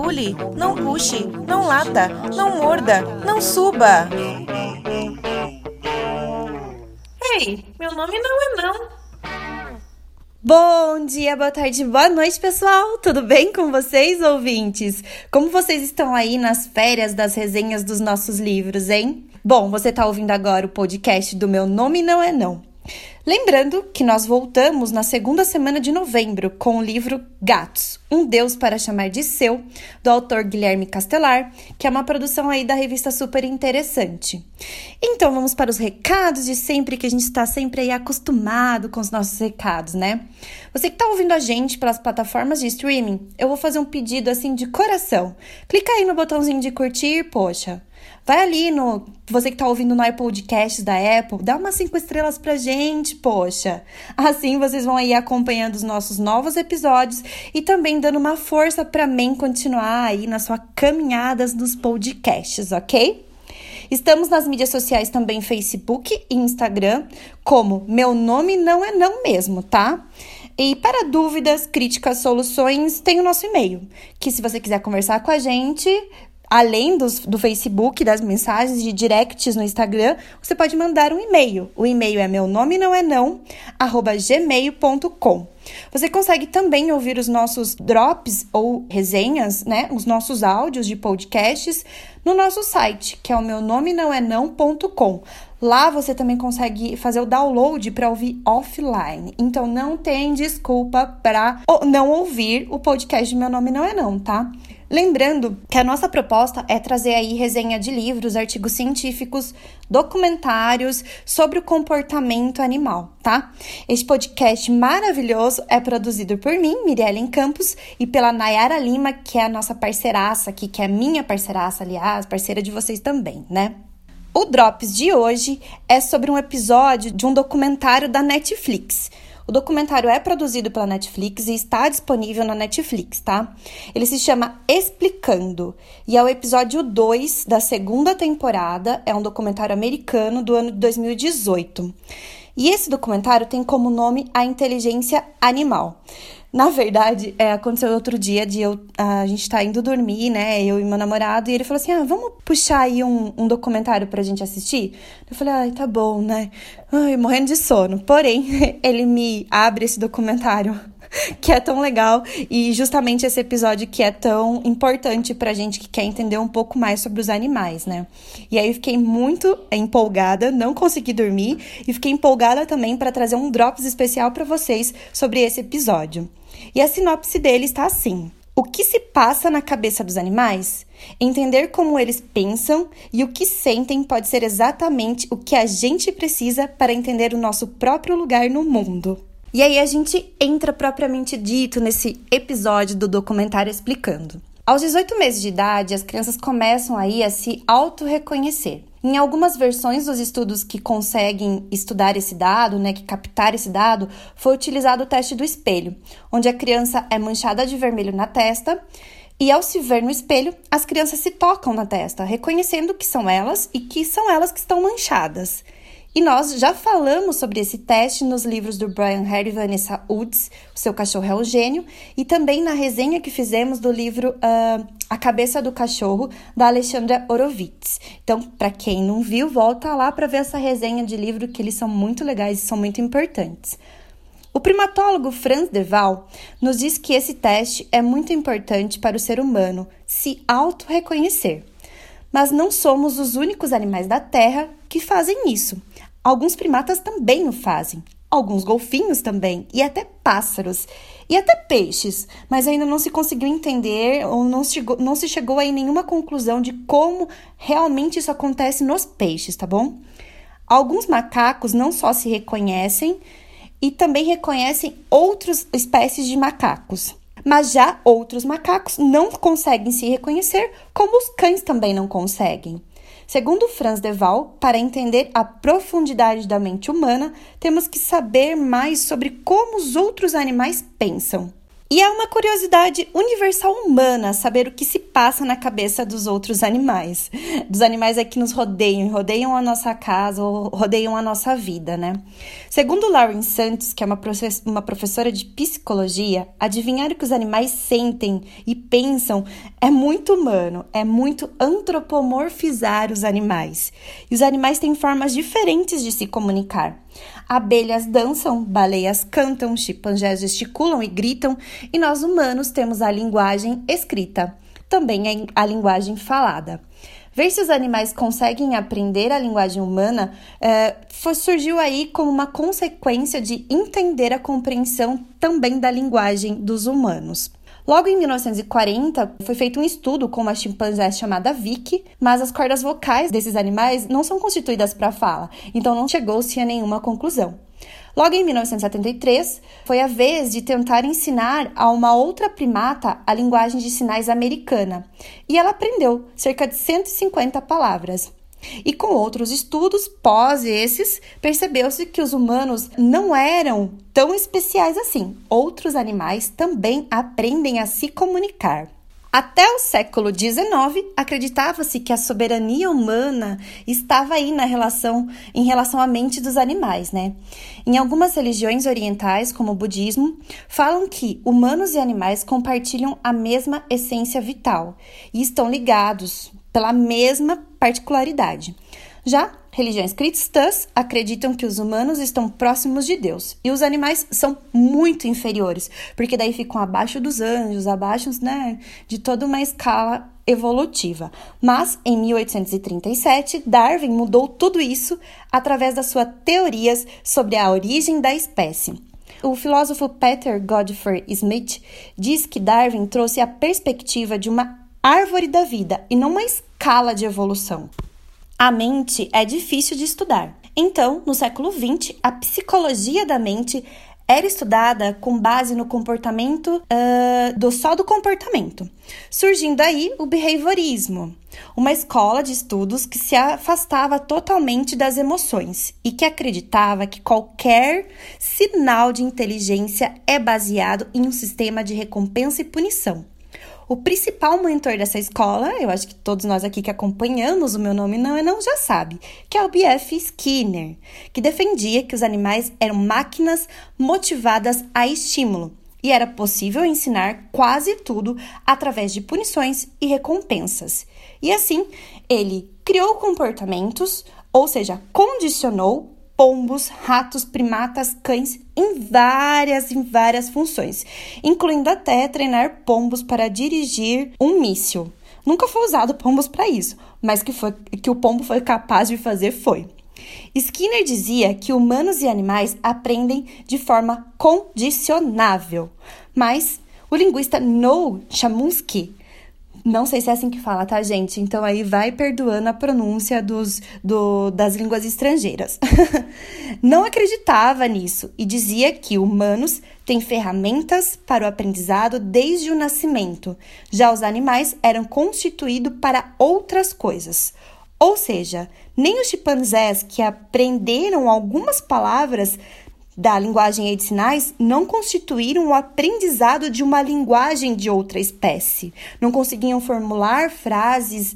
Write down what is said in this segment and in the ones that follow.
pule, não puxe, não lata, não morda, não suba. Ei, meu nome não é não. Bom dia, boa tarde, boa noite, pessoal! Tudo bem com vocês, ouvintes? Como vocês estão aí nas férias das resenhas dos nossos livros, hein? Bom, você tá ouvindo agora o podcast do Meu Nome Não É Não. Lembrando que nós voltamos na segunda semana de novembro com o livro Gatos, um Deus para chamar de seu, do autor Guilherme Castelar, que é uma produção aí da revista Super Interessante. Então vamos para os recados de sempre, que a gente está sempre aí acostumado com os nossos recados, né? Você que está ouvindo a gente pelas plataformas de streaming, eu vou fazer um pedido assim de coração. Clica aí no botãozinho de curtir, poxa. Vai ali no... Você que tá ouvindo no iPodcasts da Apple, dá umas 5 estrelas pra gente, poxa. Assim vocês vão aí acompanhando os nossos novos episódios e também dando uma força pra mim continuar aí na sua caminhada nos podcasts, ok? Estamos nas mídias sociais também, Facebook e Instagram, como Meu Nome Não É Não mesmo, tá? E para dúvidas, críticas, soluções, tem o nosso e-mail, que se você quiser conversar com a gente... Além do Facebook, das mensagens de directs no Instagram, você pode mandar um e-mail. O e-mail é meunomenãoenão@gmail.com. Você consegue também ouvir os nossos drops ou resenhas, né? Os nossos áudios de podcasts no nosso site, que é o meunomenãoenão.com. Lá você também consegue fazer o download para ouvir offline. Então não tem desculpa para não ouvir o podcast de Meu Nome Não É Não, tá? Lembrando que a nossa proposta é trazer aí resenha de livros, artigos científicos, documentários sobre o comportamento animal, tá? Este podcast maravilhoso é produzido por mim, Mirellen Campos, e pela Nayara Lima, que é a nossa parceiraça aqui, que é minha parceiraça, aliás, parceira de vocês também, né? O Drops de hoje é sobre um episódio de um documentário da Netflix. O documentário é produzido pela Netflix e está disponível na Netflix, tá? Ele se chama Explicando e é o episódio 2 da segunda temporada, é um documentário americano do ano de 2018. E esse documentário tem como nome A Inteligência Animal. Na verdade, aconteceu outro dia a gente tá indo dormir, né, eu e meu namorado, e ele falou assim, vamos puxar aí um documentário pra gente assistir? Eu falei, tá bom, né, morrendo de sono. Porém, ele me abre esse documentário, que é tão legal, e justamente esse episódio que é tão importante pra gente que quer entender um pouco mais sobre os animais, né? E aí eu fiquei muito empolgada, não consegui dormir, e fiquei empolgada também para trazer um Drops especial pra vocês sobre esse episódio. E a sinopse dele está assim: o que se passa na cabeça dos animais? Entender como eles pensam e o que sentem pode ser exatamente o que a gente precisa para entender o nosso próprio lugar no mundo. E aí a gente entra propriamente dito nesse episódio do documentário Explicando. Aos 18 meses de idade, as crianças começam aí a se auto-reconhecer. Em algumas versões dos estudos que conseguem estudar esse dado, né, que captar esse dado, foi utilizado o teste do espelho, onde a criança é manchada de vermelho na testa e ao se ver no espelho, as crianças se tocam na testa, reconhecendo que são elas e que são elas que estão manchadas. E nós já falamos sobre esse teste nos livros do Brian Hare e Vanessa Woods, O Seu Cachorro é um Gênio, e também na resenha que fizemos do livro A Cabeça do Cachorro, da Alexandra Horowitz. Então, para quem não viu, volta lá para ver essa resenha de livro, que eles são muito legais e são muito importantes. O primatólogo Frans de Waal nos diz que esse teste é muito importante para o ser humano se auto-reconhecer. Mas não somos os únicos animais da Terra que fazem isso. Alguns primatas também o fazem, alguns golfinhos também, e até pássaros, e até peixes, mas ainda não se conseguiu entender ou não se chegou a nenhuma conclusão de como realmente isso acontece nos peixes, tá bom? Alguns macacos não só se reconhecem, e também reconhecem outras espécies de macacos. Mas já outros macacos não conseguem se reconhecer, como os cães também não conseguem. Segundo Frans de Waal, para entender a profundidade da mente humana, temos que saber mais sobre como os outros animais pensam. E é uma curiosidade universal humana saber o que se passa na cabeça dos outros animais. Dos animais que nos rodeiam a nossa casa ou rodeiam a nossa vida, né? Segundo Lauren Santos, que é uma professora de psicologia, adivinhar o que os animais sentem e pensam é muito humano, é muito antropomorfizar os animais. E os animais têm formas diferentes de se comunicar. Abelhas dançam, baleias cantam, chimpanzés gesticulam e gritam, e nós humanos temos a linguagem escrita, também a linguagem falada. Ver se os animais conseguem aprender a linguagem humana surgiu aí como uma consequência de entender a compreensão também da linguagem dos humanos. Logo em 1940, foi feito um estudo com uma chimpanzé chamada Vicky, mas as cordas vocais desses animais não são constituídas para fala, então não chegou-se a nenhuma conclusão. Logo em 1973, foi a vez de tentar ensinar a uma outra primata a linguagem de sinais americana, e ela aprendeu cerca de 150 palavras. E com outros estudos, pós esses, percebeu-se que os humanos não eram tão especiais assim. Outros animais também aprendem a se comunicar. Até o século XIX, acreditava-se que a soberania humana estava aí em relação à mente dos animais, né? Em algumas religiões orientais, como o budismo, falam que humanos e animais compartilham a mesma essência vital e estão ligados pela mesma particularidade. Já religiões cristãs acreditam que os humanos estão próximos de Deus e os animais são muito inferiores, porque daí ficam abaixo dos anjos, abaixo, né, de toda uma escala evolutiva. Mas, em 1837, Darwin mudou tudo isso através das suas teorias sobre a origem da espécie. O filósofo Peter Godfrey Smith diz que Darwin trouxe a perspectiva de uma árvore da vida e não uma escala de evolução. A mente é difícil de estudar. Então, no século XX, a psicologia da mente era estudada com base no comportamento, do comportamento. Surgindo aí o behaviorismo, uma escola de estudos que se afastava totalmente das emoções e que acreditava que qualquer sinal de inteligência é baseado em um sistema de recompensa e punição. O principal mentor dessa escola, eu acho que todos nós aqui que acompanhamos O Meu Nome Não é Não já sabe, que é o B.F. Skinner, que defendia que os animais eram máquinas motivadas a estímulo e era possível ensinar quase tudo através de punições e recompensas. E assim, ele criou comportamentos, ou seja, condicionou pombos, ratos, primatas, cães em várias funções, incluindo até treinar pombos para dirigir um míssil. Nunca foi usado pombos para isso, mas que o pombo foi capaz de fazer foi. Skinner dizia que humanos e animais aprendem de forma condicionável, mas o linguista Noam Chomsky, não sei se é assim que fala, tá, gente? Então aí vai perdoando a pronúncia das línguas estrangeiras. Não acreditava nisso e dizia que humanos têm ferramentas para o aprendizado desde o nascimento. Já os animais eram constituídos para outras coisas. Ou seja, nem os chimpanzés que aprenderam algumas palavras da linguagem de sinais não constituíram o aprendizado de uma linguagem de outra espécie. Não conseguiam formular frases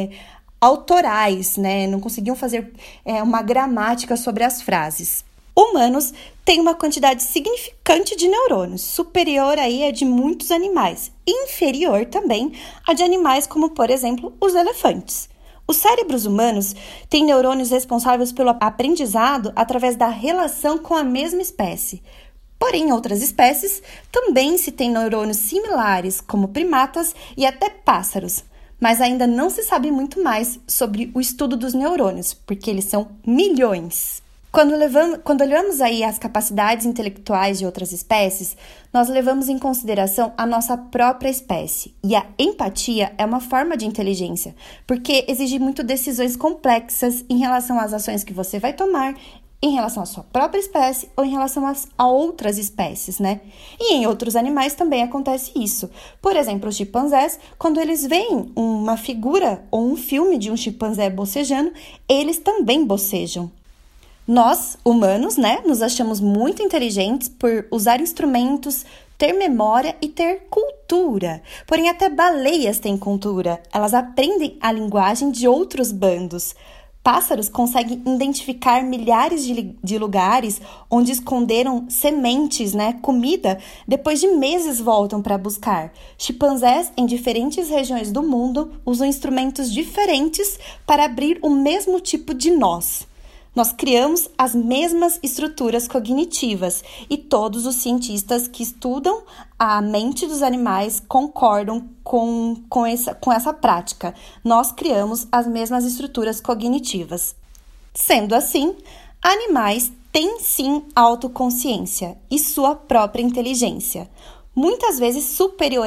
autorais, né? Não conseguiam fazer uma gramática sobre as frases. Humanos têm uma quantidade significante de neurônios, superior aí a de muitos animais, e inferior também a de animais como, por exemplo, os elefantes. Os cérebros humanos têm neurônios responsáveis pelo aprendizado através da relação com a mesma espécie. Porém, em outras espécies também se tem neurônios similares, como primatas e até pássaros. Mas ainda não se sabe muito mais sobre o estudo dos neurônios, porque eles são milhões. Quando olhamos aí as capacidades intelectuais de outras espécies, nós levamos em consideração a nossa própria espécie. E a empatia é uma forma de inteligência, porque exige muito decisões complexas em relação às ações que você vai tomar, em relação à sua própria espécie ou em relação a outras espécies, né? E em outros animais também acontece isso. Por exemplo, os chimpanzés, quando eles veem uma figura ou um filme de um chimpanzé bocejando, eles também bocejam. Nós, humanos, né, nos achamos muito inteligentes por usar instrumentos, ter memória e ter cultura. Porém, até baleias têm cultura. Elas aprendem a linguagem de outros bandos. Pássaros conseguem identificar milhares de lugares onde esconderam sementes, comida, depois de meses voltam para buscar. Chimpanzés em diferentes regiões do mundo usam instrumentos diferentes para abrir o mesmo tipo de nós. Nós criamos as mesmas estruturas cognitivas e todos os cientistas que estudam a mente dos animais concordam com essa prática. Nós criamos as mesmas estruturas cognitivas. Sendo assim, animais têm sim autoconsciência e sua própria inteligência, muitas vezes superior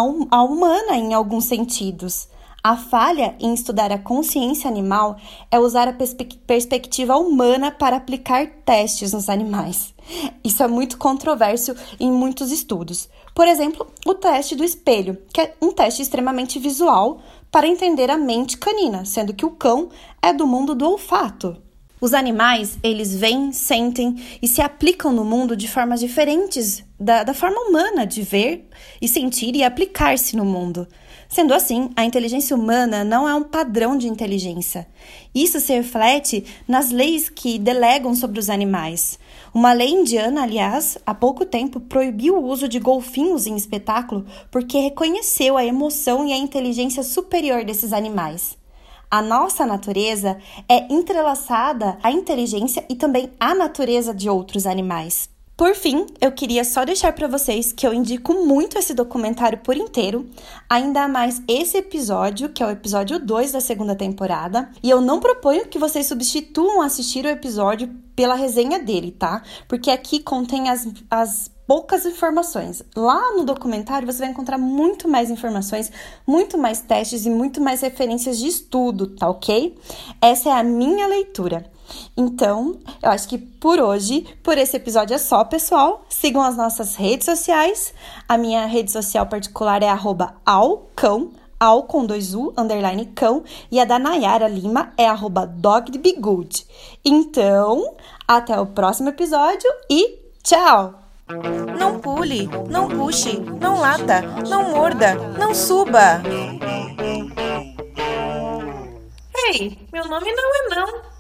à humana em alguns sentidos. A falha em estudar a consciência animal é usar a perspectiva humana para aplicar testes nos animais. Isso é muito controverso em muitos estudos. Por exemplo, o teste do espelho, que é um teste extremamente visual para entender a mente canina, sendo que o cão é do mundo do olfato. Os animais, eles veem, sentem e se aplicam no mundo de formas diferentes da forma humana de ver e sentir e aplicar-se no mundo. Sendo assim, a inteligência humana não é um padrão de inteligência. Isso se reflete nas leis que delegam sobre os animais. Uma lei indiana, aliás, há pouco tempo proibiu o uso de golfinhos em espetáculo porque reconheceu a emoção e a inteligência superior desses animais. A nossa natureza é entrelaçada à inteligência e também à natureza de outros animais. Por fim, eu queria só deixar para vocês que eu indico muito esse documentário por inteiro, ainda mais esse episódio, que é o episódio 2 da segunda temporada, e eu não proponho que vocês substituam assistir o episódio pela resenha dele, tá? Porque aqui contém as poucas informações. Lá no documentário você vai encontrar muito mais informações, muito mais testes e muito mais referências de estudo, tá ok? Essa é a minha leitura. Então, eu acho que por hoje, por esse episódio é só, pessoal. Sigam as nossas redes sociais. A minha rede social particular é @alcão, ao com 2U, _cão. E a da Nayara Lima é @dogbegood. Então, até o próximo episódio e tchau! Não pule, não puxe, não lata, não morda, não suba. Ei, meu nome não é não.